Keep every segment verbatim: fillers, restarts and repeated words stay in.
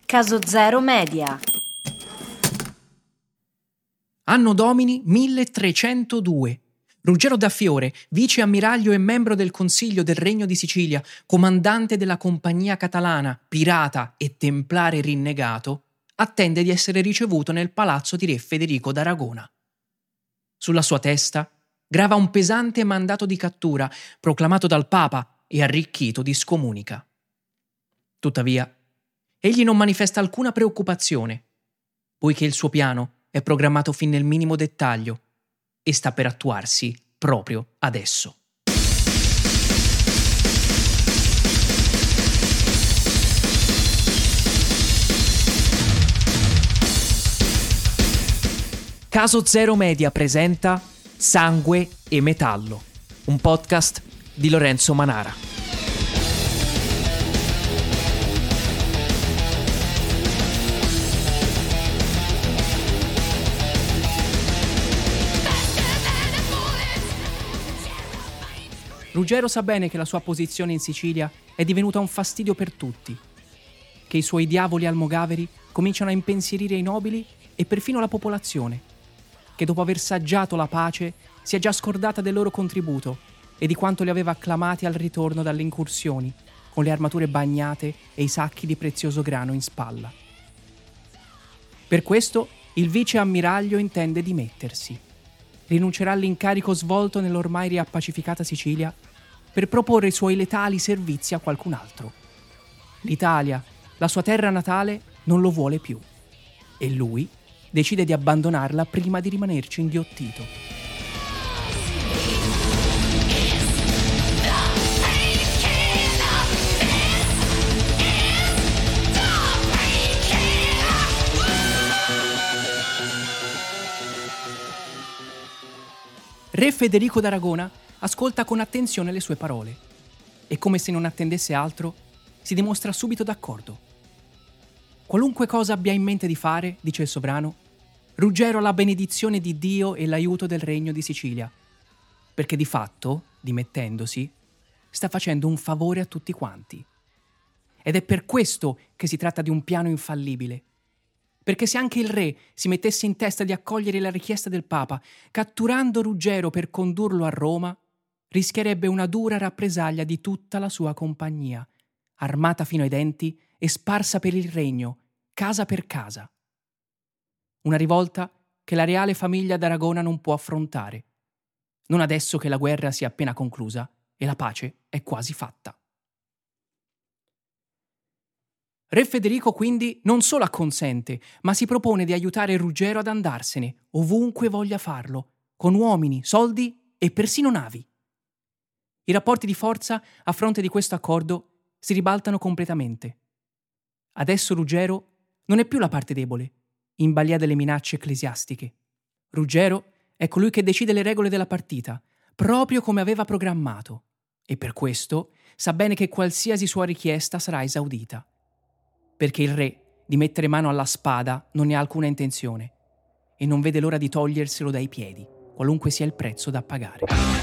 Caso Zero Media. Anno Domini milletrecentodue. Ruggero da Fiore, vice ammiraglio e membro del Consiglio del Regno di Sicilia, comandante della Compagnia Catalana, pirata e templare rinnegato, attende di essere ricevuto nel palazzo di re Federico d'Aragona. Sulla sua testa grava un pesante mandato di cattura proclamato dal Papa e arricchito di scomunica. Tuttavia, egli non manifesta alcuna preoccupazione, poiché il suo piano è programmato fin nel minimo dettaglio e sta per attuarsi proprio adesso. Caso Zero Media presenta Sangue e Metallo, un podcast di Lorenzo Manara. Ruggero sa bene che la sua posizione in Sicilia è divenuta un fastidio per tutti, che i suoi diavoli almogaveri cominciano a impensierire i nobili e perfino la popolazione, che dopo aver saggiato la pace si è già scordata del loro contributo e di quanto li aveva acclamati al ritorno dalle incursioni, con le armature bagnate e i sacchi di prezioso grano in spalla. Per questo il vice ammiraglio intende dimettersi. Rinuncerà all'incarico svolto nell'ormai riappacificata Sicilia per proporre i suoi letali servizi a qualcun altro. L'Italia, la sua terra natale, non lo vuole più e lui decide di abbandonarla prima di rimanerci inghiottito. Re Federico d'Aragona ascolta con attenzione le sue parole e, come se non attendesse altro, si dimostra subito d'accordo. Qualunque cosa abbia in mente di fare, dice il sovrano, Ruggero ha la benedizione di Dio e l'aiuto del Regno di Sicilia, perché di fatto, dimettendosi, sta facendo un favore a tutti quanti. Ed è per questo che si tratta di un piano infallibile. Perché se anche il re si mettesse in testa di accogliere la richiesta del Papa, catturando Ruggero per condurlo a Roma, rischierebbe una dura rappresaglia di tutta la sua compagnia, armata fino ai denti e sparsa per il regno, casa per casa. Una rivolta che la reale famiglia d'Aragona non può affrontare, non adesso che la guerra sia appena conclusa e la pace è quasi fatta. Re Federico quindi non solo acconsente, ma si propone di aiutare Ruggero ad andarsene, ovunque voglia farlo, con uomini, soldi e persino navi. I rapporti di forza a fronte di questo accordo si ribaltano completamente. Adesso Ruggero non è più la parte debole, in balia delle minacce ecclesiastiche. Ruggero è colui che decide le regole della partita, proprio come aveva programmato, e per questo sa bene che qualsiasi sua richiesta sarà esaudita. Perché il re di mettere mano alla spada non ne ha alcuna intenzione e non vede l'ora di toglierselo dai piedi, qualunque sia il prezzo da pagare.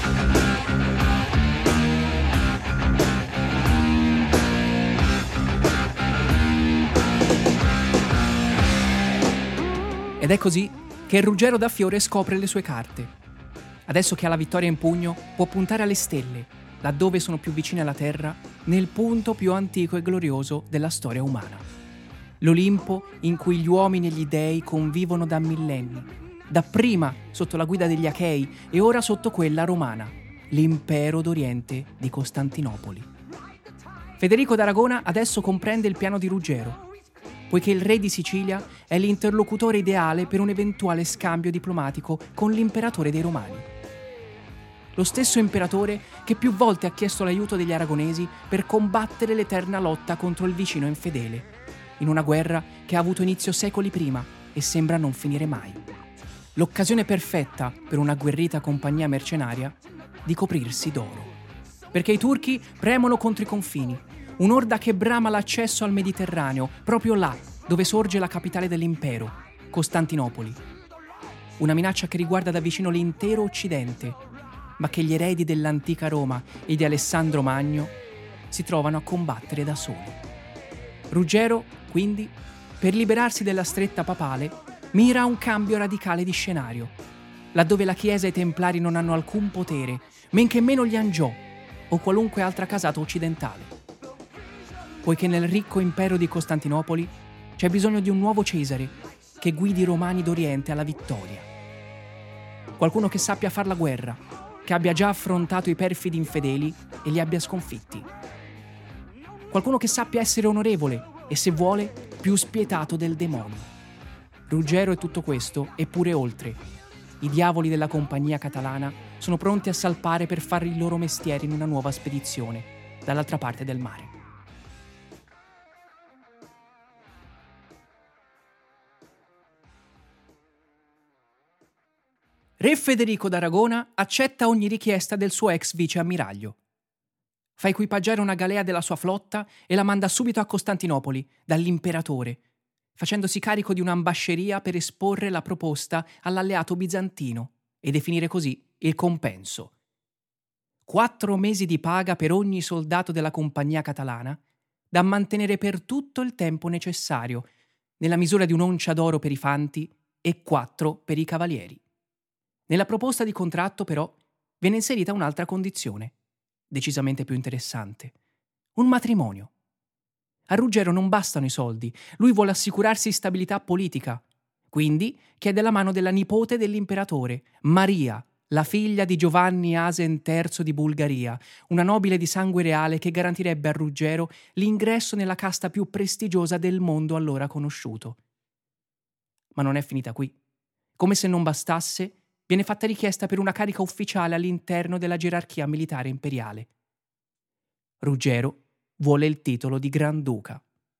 Ed è così che Ruggero da Fiore scopre le sue carte. Adesso che ha la vittoria in pugno, può puntare alle stelle, laddove sono più vicine alla terra, nel punto più antico e glorioso della storia umana. L'Olimpo in cui gli uomini e gli dei convivono da millenni, dapprima sotto la guida degli Achei e ora sotto quella romana, l'impero d'Oriente di Costantinopoli. Federico d'Aragona adesso comprende il piano di Ruggero, poiché il re di Sicilia è l'interlocutore ideale per un eventuale scambio diplomatico con l'imperatore dei Romani. Lo stesso imperatore che più volte ha chiesto l'aiuto degli aragonesi per combattere l'eterna lotta contro il vicino infedele, in una guerra che ha avuto inizio secoli prima e sembra non finire mai. L'occasione perfetta per un'agguerrita compagnia mercenaria di coprirsi d'oro. Perché i turchi premono contro i confini, un'orda che brama l'accesso al Mediterraneo, proprio là dove sorge la capitale dell'impero, Costantinopoli. Una minaccia che riguarda da vicino l'intero Occidente, ma che gli eredi dell'antica Roma e di Alessandro Magno si trovano a combattere da soli. Ruggero, quindi, per liberarsi della stretta papale, mira a un cambio radicale di scenario, laddove la Chiesa e i Templari non hanno alcun potere, men che meno gli Angiò o qualunque altra casata occidentale. Poiché nel ricco impero di Costantinopoli c'è bisogno di un nuovo Cesare che guidi i Romani d'Oriente alla vittoria. Qualcuno che sappia far la guerra, che abbia già affrontato i perfidi infedeli e li abbia sconfitti. Qualcuno che sappia essere onorevole e, se vuole, più spietato del demonio. Ruggero è tutto questo e pure oltre. I diavoli della compagnia catalana sono pronti a salpare per fare il loro mestiere in una nuova spedizione, dall'altra parte del mare. Re Federico d'Aragona accetta ogni richiesta del suo ex vice ammiraglio. Fa equipaggiare una galea della sua flotta e la manda subito a Costantinopoli, dall'imperatore, facendosi carico di un'ambasceria per esporre la proposta all'alleato bizantino e definire così il compenso. Quattro mesi di paga per ogni soldato della compagnia catalana, da mantenere per tutto il tempo necessario, nella misura di un'oncia d'oro per i fanti e quattro per i cavalieri. Nella proposta di contratto, però, viene inserita un'altra condizione, decisamente più interessante: un matrimonio. A Ruggero non bastano i soldi, lui vuole assicurarsi stabilità politica. Quindi chiede la mano della nipote dell'imperatore, Maria, la figlia di Giovanni Asen terzo di Bulgaria, una nobile di sangue reale che garantirebbe a Ruggero l'ingresso nella casta più prestigiosa del mondo allora conosciuto. Ma non è finita qui. Come se non bastasse, viene fatta richiesta per una carica ufficiale all'interno della gerarchia militare imperiale. Ruggero vuole il titolo di Granduca.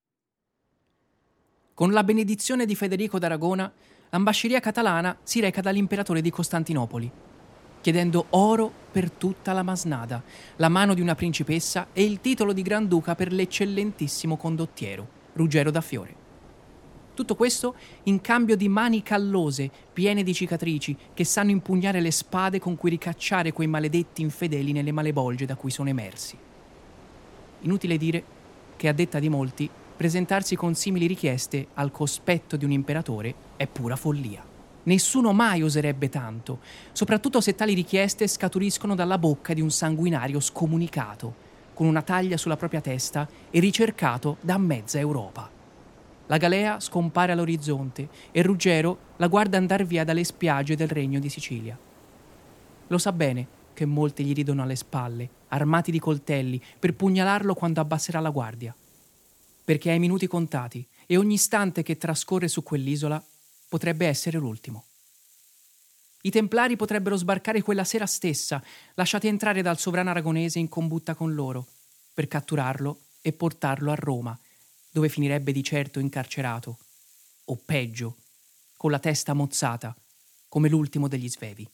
Con la benedizione di Federico d'Aragona, l'ambasceria catalana si reca dall'imperatore di Costantinopoli, chiedendo oro per tutta la masnada, la mano di una principessa e il titolo di Granduca per l'eccellentissimo condottiero, Ruggero da Fiore. Tutto questo in cambio di mani callose, piene di cicatrici, che sanno impugnare le spade con cui ricacciare quei maledetti infedeli nelle malebolge da cui sono emersi. Inutile dire che, a detta di molti, presentarsi con simili richieste al cospetto di un imperatore è pura follia. Nessuno mai oserebbe tanto, soprattutto se tali richieste scaturiscono dalla bocca di un sanguinario scomunicato, con una taglia sulla propria testa e ricercato da mezza Europa. La galea scompare all'orizzonte e Ruggero la guarda andar via dalle spiagge del Regno di Sicilia. Lo sa bene che molti gli ridono alle spalle, armati di coltelli, per pugnalarlo quando abbasserà la guardia. Perché ha i minuti contati e ogni istante che trascorre su quell'isola potrebbe essere l'ultimo. I Templari potrebbero sbarcare quella sera stessa, lasciati entrare dal sovrano aragonese in combutta con loro, per catturarlo e portarlo a Roma, dove finirebbe di certo incarcerato, o peggio, con la testa mozzata, come l'ultimo degli svevi.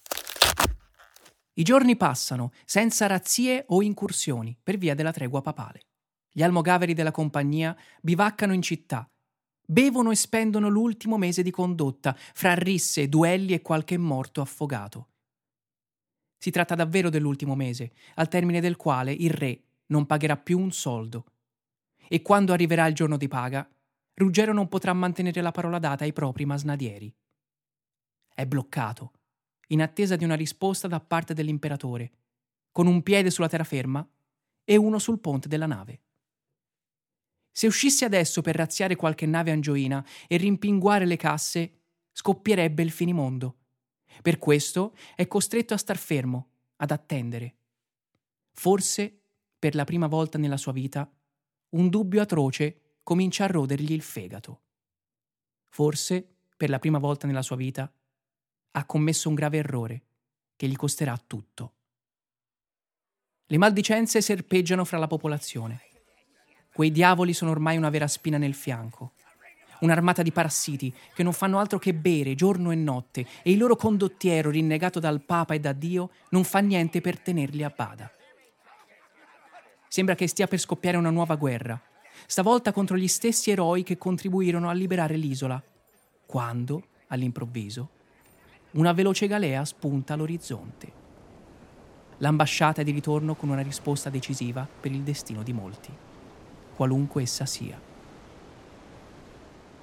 I giorni passano, senza razzie o incursioni, per via della tregua papale. Gli almogaveri della compagnia bivaccano in città, bevono e spendono l'ultimo mese di condotta, fra risse, duelli e qualche morto affogato. Si tratta davvero dell'ultimo mese, al termine del quale il re non pagherà più un soldo. E quando arriverà il giorno di paga, Ruggero non potrà mantenere la parola data ai propri masnadieri. È bloccato, in attesa di una risposta da parte dell'imperatore, con un piede sulla terraferma e uno sul ponte della nave. Se uscisse adesso per razziare qualche nave angioina e rimpinguare le casse, scoppierebbe il finimondo. Per questo è costretto a star fermo, ad attendere. Forse, per la prima volta nella sua vita, un dubbio atroce comincia a rodergli il fegato. Forse, per la prima volta nella sua vita, ha commesso un grave errore che gli costerà tutto. Le maldicenze serpeggiano fra la popolazione. Quei diavoli sono ormai una vera spina nel fianco. Un'armata di parassiti che non fanno altro che bere giorno e notte e il loro condottiero, rinnegato dal Papa e da Dio, non fa niente per tenerli a bada. Sembra che stia per scoppiare una nuova guerra, stavolta contro gli stessi eroi che contribuirono a liberare l'isola, quando, all'improvviso, una veloce galea spunta all'orizzonte. L'ambasciata è di ritorno con una risposta decisiva per il destino di molti, qualunque essa sia.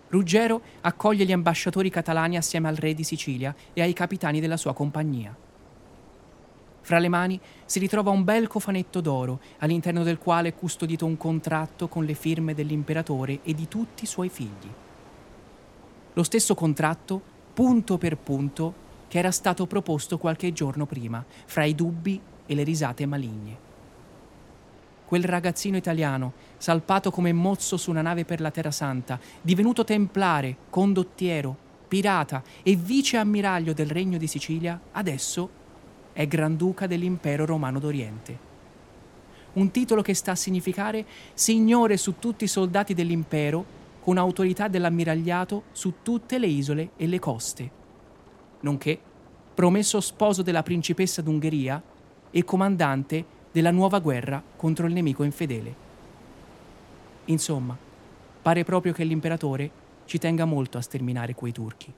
Ruggero accoglie gli ambasciatori catalani assieme al re di Sicilia e ai capitani della sua compagnia. Fra le mani si ritrova un bel cofanetto d'oro, all'interno del quale è custodito un contratto con le firme dell'imperatore e di tutti i suoi figli. Lo stesso contratto, punto per punto, che era stato proposto qualche giorno prima, fra i dubbi e le risate maligne. Quel ragazzino italiano, salpato come mozzo su una nave per la Terra Santa, divenuto templare, condottiero, pirata e viceammiraglio del Regno di Sicilia, adesso è Granduca dell'Impero Romano d'Oriente. Un titolo che sta a significare signore su tutti i soldati dell'impero, con autorità dell'ammiragliato su tutte le isole e le coste, nonché promesso sposo della principessa d'Ungheria e comandante della nuova guerra contro il nemico infedele. Insomma, pare proprio che l'imperatore ci tenga molto a sterminare quei turchi.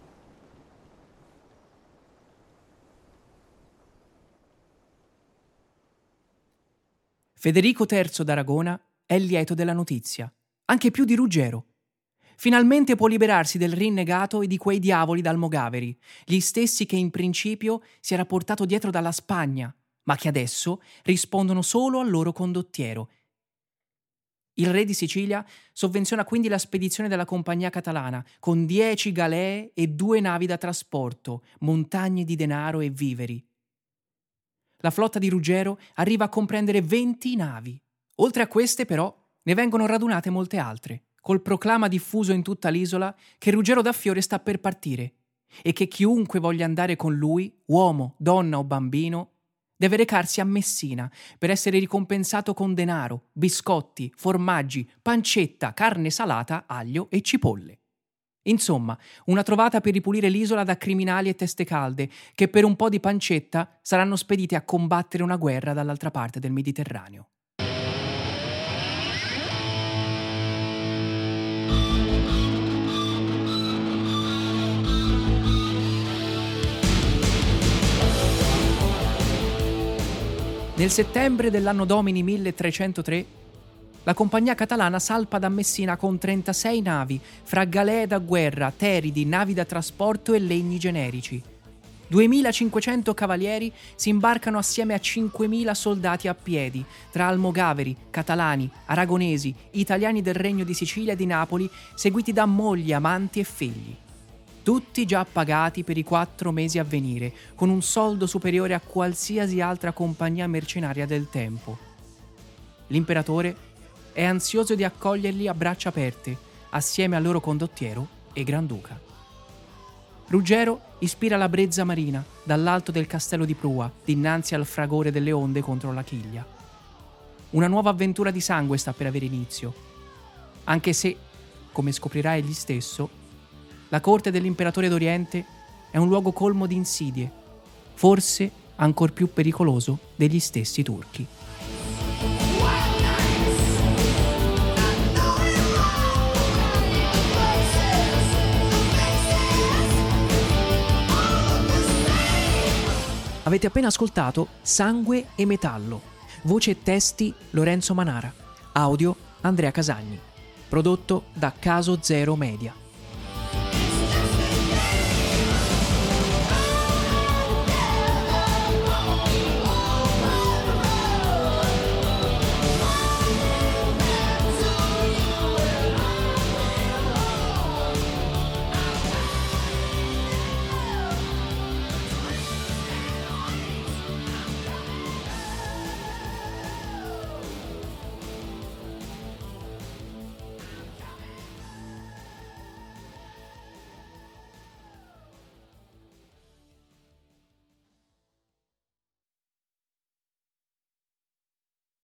Federico terzo d'Aragona è lieto della notizia, anche più di Ruggero. Finalmente può liberarsi del rinnegato e di quei diavoli d'Almogaveri, gli stessi che in principio si era portato dietro dalla Spagna, ma che adesso rispondono solo al loro condottiero. Il re di Sicilia sovvenziona quindi la spedizione della compagnia catalana con dieci galee e due navi da trasporto, montagne di denaro e viveri. La flotta di Ruggero arriva a comprendere venti navi. Oltre a queste, però, ne vengono radunate molte altre, col proclama diffuso in tutta l'isola che Ruggero da Fiore sta per partire e che chiunque voglia andare con lui, uomo, donna o bambino, deve recarsi a Messina per essere ricompensato con denaro, biscotti, formaggi, pancetta, carne salata, aglio e cipolle. Insomma, una trovata per ripulire l'isola da criminali e teste calde che per un po' di pancetta saranno spediti a combattere una guerra dall'altra parte del Mediterraneo. Nel settembre dell'anno domini milletrecentotre, la compagnia catalana salpa da Messina con trentasei navi, fra galee da guerra, teridi, navi da trasporto e legni generici. duemilacinquecento cavalieri si imbarcano assieme a cinquemila soldati a piedi, tra almogaveri, catalani, aragonesi, italiani del Regno di Sicilia e di Napoli, seguiti da mogli, amanti e figli. Tutti già pagati per i quattro mesi a venire, con un soldo superiore a qualsiasi altra compagnia mercenaria del tempo. L'imperatore è ansioso di accoglierli a braccia aperte, assieme al loro condottiero e Granduca. Ruggero ispira la brezza marina dall'alto del castello di Prua, dinanzi al fragore delle onde contro la chiglia. Una nuova avventura di sangue sta per avere inizio, anche se, come scoprirà egli stesso, la corte dell'imperatore d'Oriente è un luogo colmo di insidie, forse ancor più pericoloso degli stessi turchi. Avete appena ascoltato Sangue e Metallo, voce e testi Lorenzo Manara, audio Andrea Casagni, prodotto da Caso Zero Media.